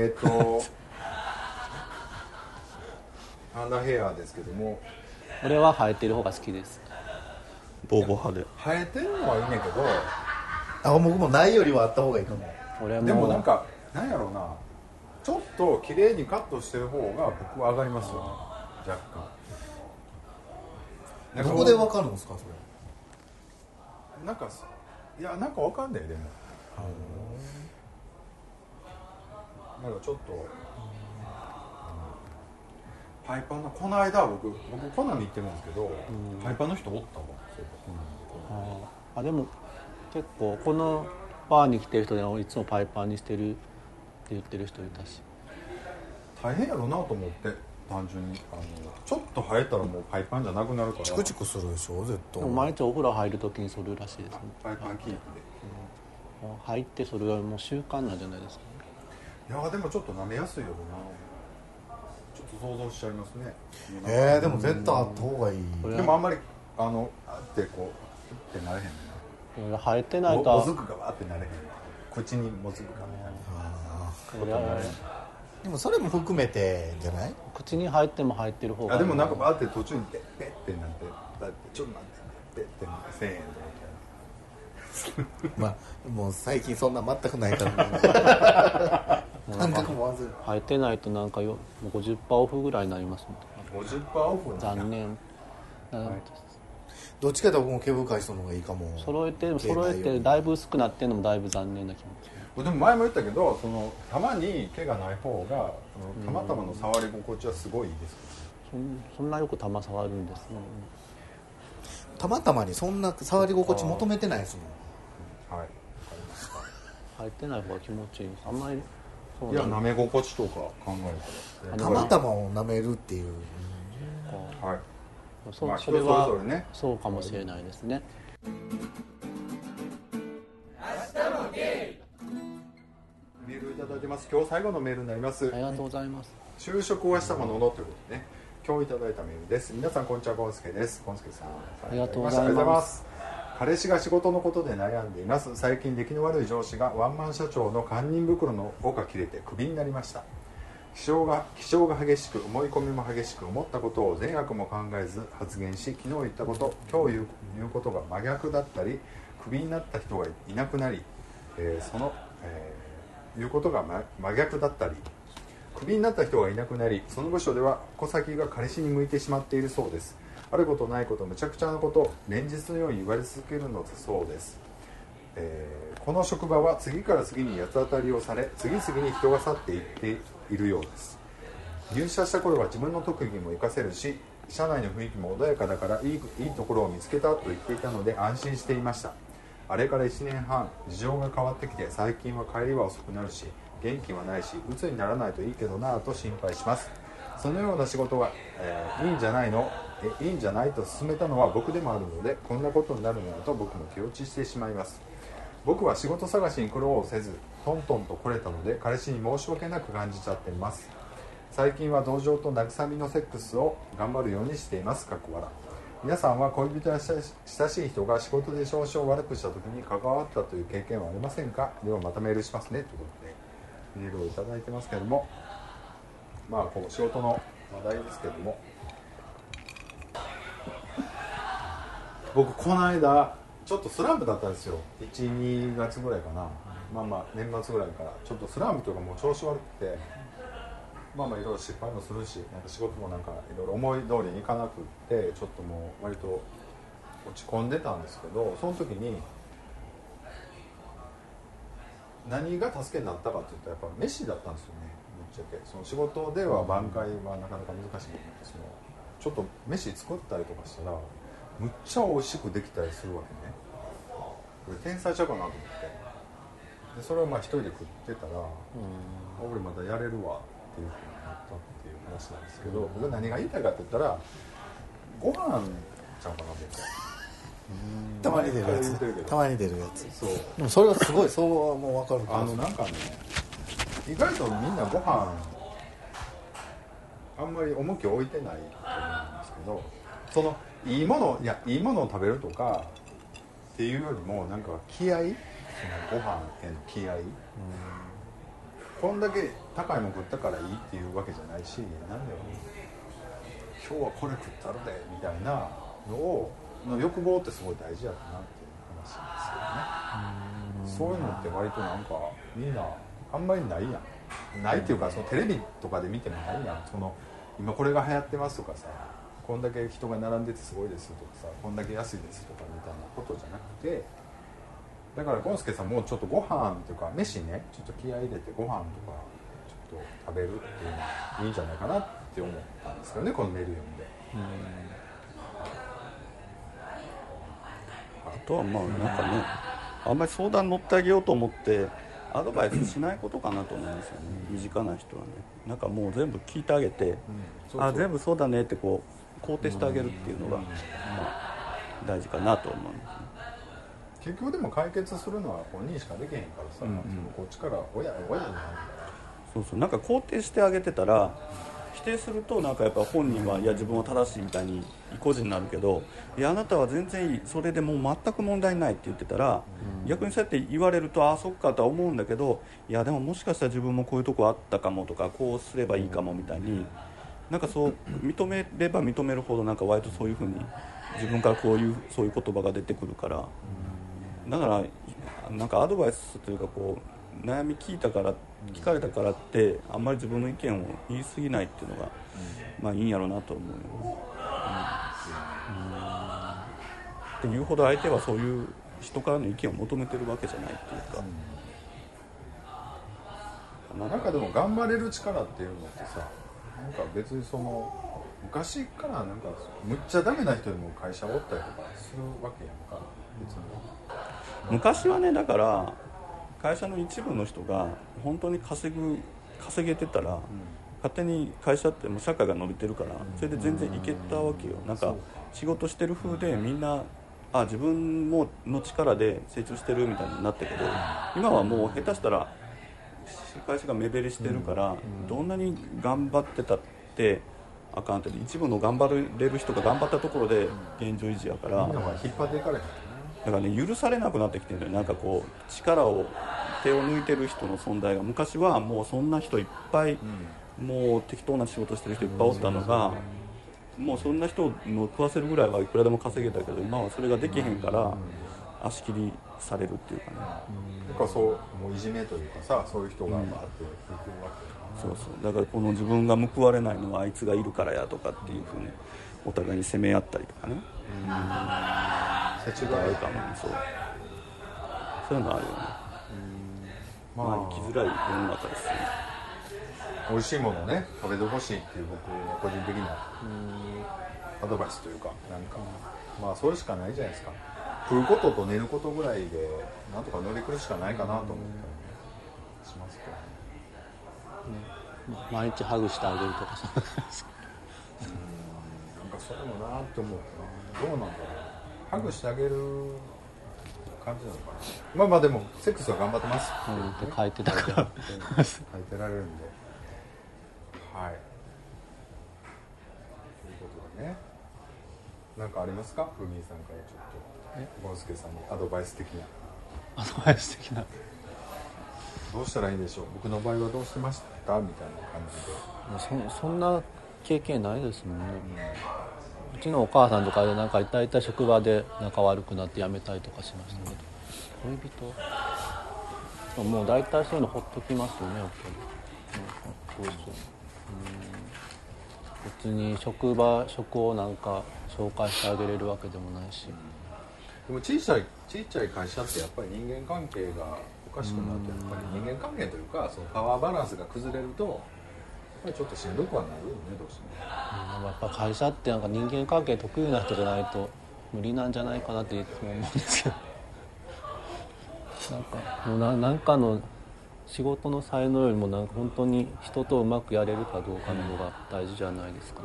アンダーヘアですけども、 俺は生えてる方が好きです。 ボーボー派で。 生えてるのはいいねんけど、 僕もないよりはあった方がいいかも。 俺はでもなんかなんやろうな、ちょっと綺麗にカットしてる方が僕は上がりますよね、若干。 どこでわかるんですかそれ？ なんかいやなんかわかんないでも、なんかちょっと、パイパンのこの間僕コナミ行ってるんですけど、パイパンの人おったわ。 でも結構このバーに来てる人でいつもパイパンにしてるって言ってる人いたし、 大変やろうなと思って、単純にちょっと生えたらもうパイパンじゃなくなるから、 チクチクするでしょ絶対。 でも毎日お風呂入るときに剃るらしいですね。 パイパンキープで、 入ってそれはもう習慣なんじゃないですかね。 いやでもちょっと舐めやすいよな、ちょっと想像しちゃいますね。 でも絶対あった方がいい。 でもあんまりあってこうってなれへんねんな。 生えてないともずくがわってなれへん、口にもずくがみたいな。 でもそれも含めてじゃない？ 口に入っても入ってる方がでもなんかバーって途中にペッペッってなって、だってちょっと待ってペッってなって1000円とかまあもう最近そんな全くないから感覚もわず生えてないとなんかもう 50% オフぐらいになりますもん。 50%オフ残念。 どっちかというと僕も毛深い人の方がいいかも。 揃えてだいぶ薄くなってるのもだいぶ残念な気持ち。 でも前も言ったけど、たまに毛がない方がたまたまの触り心地はすごいいいです。 そんなよく玉触るんですね。 たまたまにそんな触り心地求めてないですもん。 はい、 入ってない方が気持ちいい。あんまりいや、舐め心地とか考えたらたまたまを舐めるっていう、 はい、 それは人それぞれね、 そうかもしれないですね。 メールいただいてます。今日最後のメールになります。 ありがとうございます。 就職はしたもののということでね、今日いただいたメールです。皆さんこんにちは、ゴンスケです。ゴンスケさん、 ありがとうございます。 彼氏が仕事のことで悩んでいます。最近出来の悪い上司がワンマン社長の堪忍袋の尾が切れてクビになりました。気象が激しく、思い込みも激しく、思ったことを善悪も考えず発言し、昨日言ったこと、今日言うことが真逆だったり、クビになった人がいなくなり、言うことが真逆だったり、クビになった人がいなくなり、その部署では小先が彼氏に向いてしまっているそうです。あることないこと、むちゃくちゃなこと連日のように言われ続けるのだそうです。この職場は次から次に八つ当たりをされ、次々に人が去っていっているようです。入社した頃は自分の特技も活かせるし、社内の雰囲気も穏やかだからいいところを見つけたと言っていたので安心していました。あれから1年半、事情が変わってきて、最近は帰りは遅くなるし、元気はないし、鬱にならないといいけどなぁと心配します。そのような仕事が、いいんじゃないと勧めたのは僕でもあるので、こんなことになるのだと僕も気落ちしてしまいます。僕は仕事探しに苦労せずトントンと来れたので、彼氏に申し訳なく感じちゃっています。最近は同情と慰みのセックスを頑張るようにしています。皆さんは恋人や親しい人が仕事で少々悪くした時に関わったという経験はありませんか？ではまたメールしますねということでメールをいただいてますけれども、こう仕事の話題ですけれども、僕この間ちょっとスランプだったんですよ。 1,2 月ぐらいかな。年末ぐらいからちょっとスランプというかもう調子悪くて、いろいろ失敗もするし、仕事もいろいろ思い通りにいかなくって、ちょっともう割と落ち込んでたんですけど、その時に何が助けになったかっていったらやっぱ飯だったんですよね。ぶっちゃけその仕事では挽回はなかなか難しいので、ちょっと飯作ったりとかしたらむっちゃ美味しくできたりするわけね。これ天才ちゃうかなと思って、でそれを一人で食ってたら、俺またやれるわっていうふうになったっていう話なんですけど、僕は何が言いたいかって言ったら、ご飯ちゃうかなってたまに出るやつ、たまに出るやつ。 そうでもそれはすごい、そうはもう分かる。 意外とみんなご飯あんまり重きを置いてないと思うんですけど、そのいいものを食べるとかっていうよりも気合、そのご飯への気合、こんだけ高いもの食ったからいいっていうわけじゃないし、今日はこれ食ったるでみたいなの欲望ってすごい大事やったなっていう話なんですけどね。そういうのって割とみんなあんまりないやん。ないっていうか、そのテレビとかで見てもないやん。今これが流行ってますとかさ、こんだけ人が並んでてすごいですとかさ、こんだけ安いですとかみたいなことじゃなくて、だからゴンスケさんもちょっとご飯とか飯ね、ちょっと気合い入れてご飯とかちょっと食べるっていうのはいいんじゃないかなって思ったんですけどね、このメール読んで。 あとはあんまり相談乗ってあげようと思ってアドバイスしないことかなと思うんですよね。身近な人はね、もう全部聞いてあげて、全部そうだねって肯定してあげるっていうのが、大事かなと思うんですね。 結局でも解決するのは本人しかできへんからさ、こっちから親じゃないから。 そう肯定してあげてたら、否定するとやっぱ本人はいや自分は正しいみたいに意固地になるけど、いやあなたは全然いい、それでもう全く問題ないって言ってたら、逆にそうやって言われるとそっかとは思うんだけど、いやでももしかしたら自分もこういうとこあったかもとか、こうすればいいかもみたいにそう認めれば認めるほど割とそういうふうに自分からそういう言葉が出てくるから、だからアドバイスというか悩み聞かれたからってあんまり自分の意見を言い過ぎないっていうのがいいんやろうなと思うよ。 っていうほど相手はそういう人からの意見を求めてるわけじゃないっていうか、 なんかでも頑張れる力っていうのってさ、なんか別にその昔からなんかむっちゃダメな人でも会社おったりとかするわけやんか。別に昔はね、だから会社の一部の人が本当に稼げてたら、勝手に会社ってもう社会が伸びてるから、それで全然いけたわけよ。なんか仕事してる風でみんな自分もの力で成長してるみたいになったけど、今はもう下手したら会社が目減りしてるから、どんなに頑張ってたってあかんって、一部の頑張れる人が頑張ったところで現状維持やから、 みんなが引っ張っていかれへん。 だからね、許されなくなってきてるんだよ。なんかこう力を手を抜いてる人の存在が、昔はもうそんな人いっぱい、もう適当な仕事してる人いっぱいおったのが、もうそんな人の食わせるぐらいはいくらでも稼げたけど、今はそれができへんから足切りされるっていうかね。 なんかそうもういじめというかさ、そういう人がバーって出てるわけ。 そうそう、だからこの自分が報われないのはあいつがいるからやとかっていうふうにお互いに責め合ったりとかね、 世知あるかもね。そういうのあるよね。生きづらい世の中ですよね。 美味しいものをね食べてほしいっていう僕の個人的なアドバイスというか、なんかまあそれしかないじゃないですか。食うことと寝ることぐらいでなんとか乗り切るしかないかなと思ったりしますけどね。 毎日ハグしてあげるとかさなんかそれもなって思うな。どうなんだろう。ハグしてあげる感じなのかな。まあでもセックスは頑張ってますって、 って書いてたから書いてられるんで、はい。ということでね、なんかありますか、ふみさんからちょっとゴンスケさんにアドバイス的な。 アドバイス的な。 どうしたらいいでしょう。僕の場合はどうしてましたみたいな感じで。 そんな経験ないですもんね。うちのお母さんとかでなんか大体職場で仲悪くなって辞めたりとかしましたけど、恋人もう大体そういうのほっときますよね、やっぱり。別に職をなんか紹介してあげれるわけでもないし、 でも小さい会社ってやっぱり人間関係がおかしくなって、やっぱり人間関係というかそのパワーバランスが崩れるとやっぱりちょっとしんどくはなるよね、どうしても。 やっぱ会社ってなんか人間関係得意な人じゃないと無理なんじゃないかなっていつも思うんですけどなんかの仕事の才能よりもなんか本当に人とうまくやれるかどうかの方が大事じゃないですかね。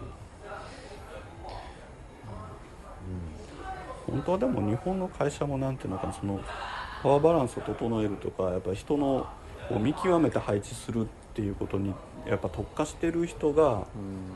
本当はでも日本の会社もなんていうのかな、そのパワーバランスを整えるとか、やっぱり人のを見極めて配置するっていうことにやっぱ特化してる人が、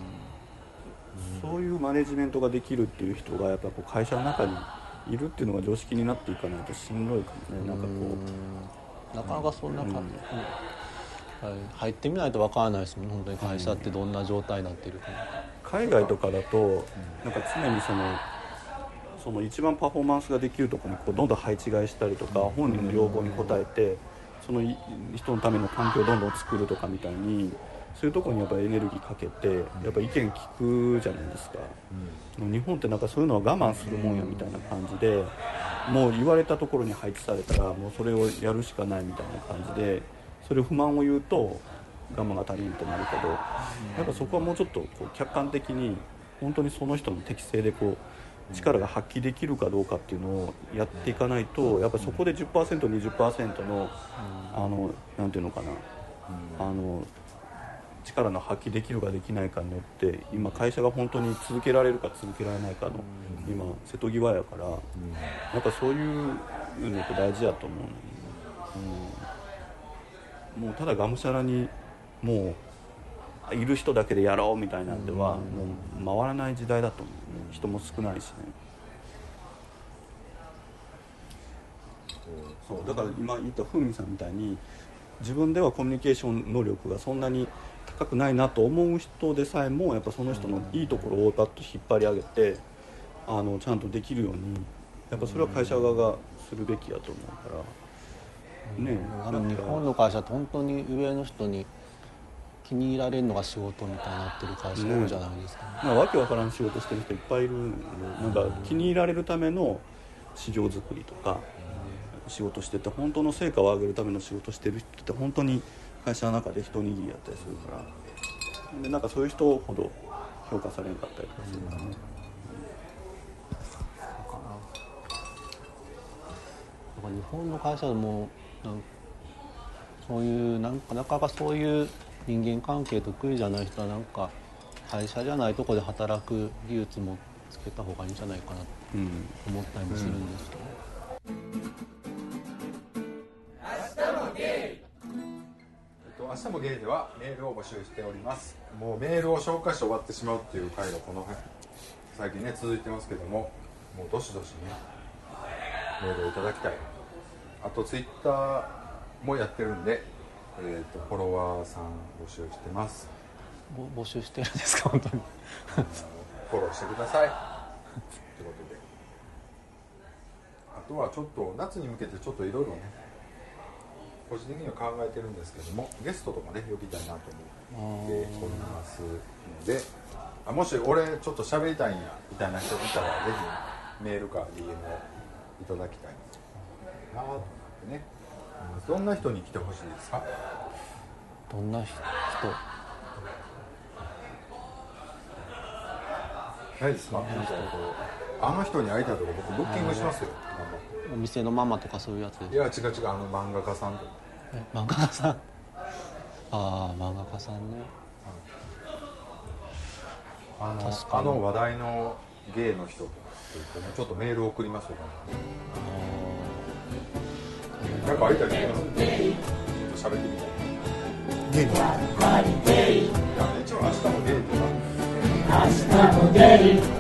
そういうマネジメントができるっていう人がやっぱこう会社の中にいるっていうのが常識になっていかないとしんどいかもね。なんかこうなかなかそんな感じ、入ってみないと分からないですもん、本当に会社ってどんな状態になってるか。 海外とかだとなんか常にその一番パフォーマンスができるところにこうどんどん配置換えしたりとか、本人の要望に応えてその人のための環境をどんどん作るとかみたいに、そういうところにやっぱエネルギーかけてやっぱ意見聞くじゃないですか。日本ってなんかそういうのは我慢するもんやみたいな感じで、もう言われたところに配置されたらもうそれをやるしかないみたいな感じで、それを不満を言うと我慢が足りんとなるけど、やっぱそこはもうちょっとこう客観的に本当にその人の適性でこう力が発揮できるかどうかっていうのをやっていかないと、やっぱそこで 10%、20% のなんていうのかな、力の発揮できるかできないかによって今会社が本当に続けられるか続けられないかの今瀬戸際やから、やっぱそういうのって大事だと思う。もうただがむしゃらにもういる人だけでやろうみたいなんではもう回らない時代だと思う。人も少ないしね。そうだから今言ったふみさんみたいに自分ではコミュニケーション能力がそんなに高くないなと思う人でさえもやっぱその人のいいところをパッと引っ張り上げてちゃんとできるようにやっぱそれは会社側がするべきやと思うからね。 日本の会社って本当に上の人に気に入られるのが仕事みたいになってる会社多いじゃないですか、ね。 わけわからん仕事してる人いっぱいいるんで、なんか気に入られるための市場作りとか仕事してて、本当の成果を上げるための仕事してる人って本当に会社の中で一握りやったりするから、でなんかそういう人ほど評価されなかったりとかするからね。 なんか日本の会社でもそういうなかなかそういう人間関係得意じゃない人はなんか会社じゃないとこで働く技術もつけた方がいいんじゃないかなと思ったりもするんですけど、 明日もゲイではメールを募集しております。もうメールを紹介して終わってしまうっていう回がこの最近ね続いてますけども、もうどしどしねメールをいただきたい。あとツイッターもやってるんで、フォロワーさん募集してます。 募集してるんですか本当にフォローしてくださいということで、あとはちょっと夏に向けてちょっといろいろね個人的には考えてるんですけども、ゲストとかね呼びたいなと思っておりますので、もし俺ちょっと喋りたいんやみたいな人いたらぜひメールか DM をいただきたいなと思ってね。どんな人に来てほしいですか？ どんな人ないですか？あの人に会いたいとか僕ブッキングしますよ。 お店のママとかそういうやつですいや違う違う、漫画家さんとか。 漫画家さん、ああ漫画家さんね。確かに話題のゲイの人とちょっとメール送りますよ。なんか会いたい人います？ちょっと喋ってみたい。 ゲイのいや一応明日もゲイとか。 明日もゲイ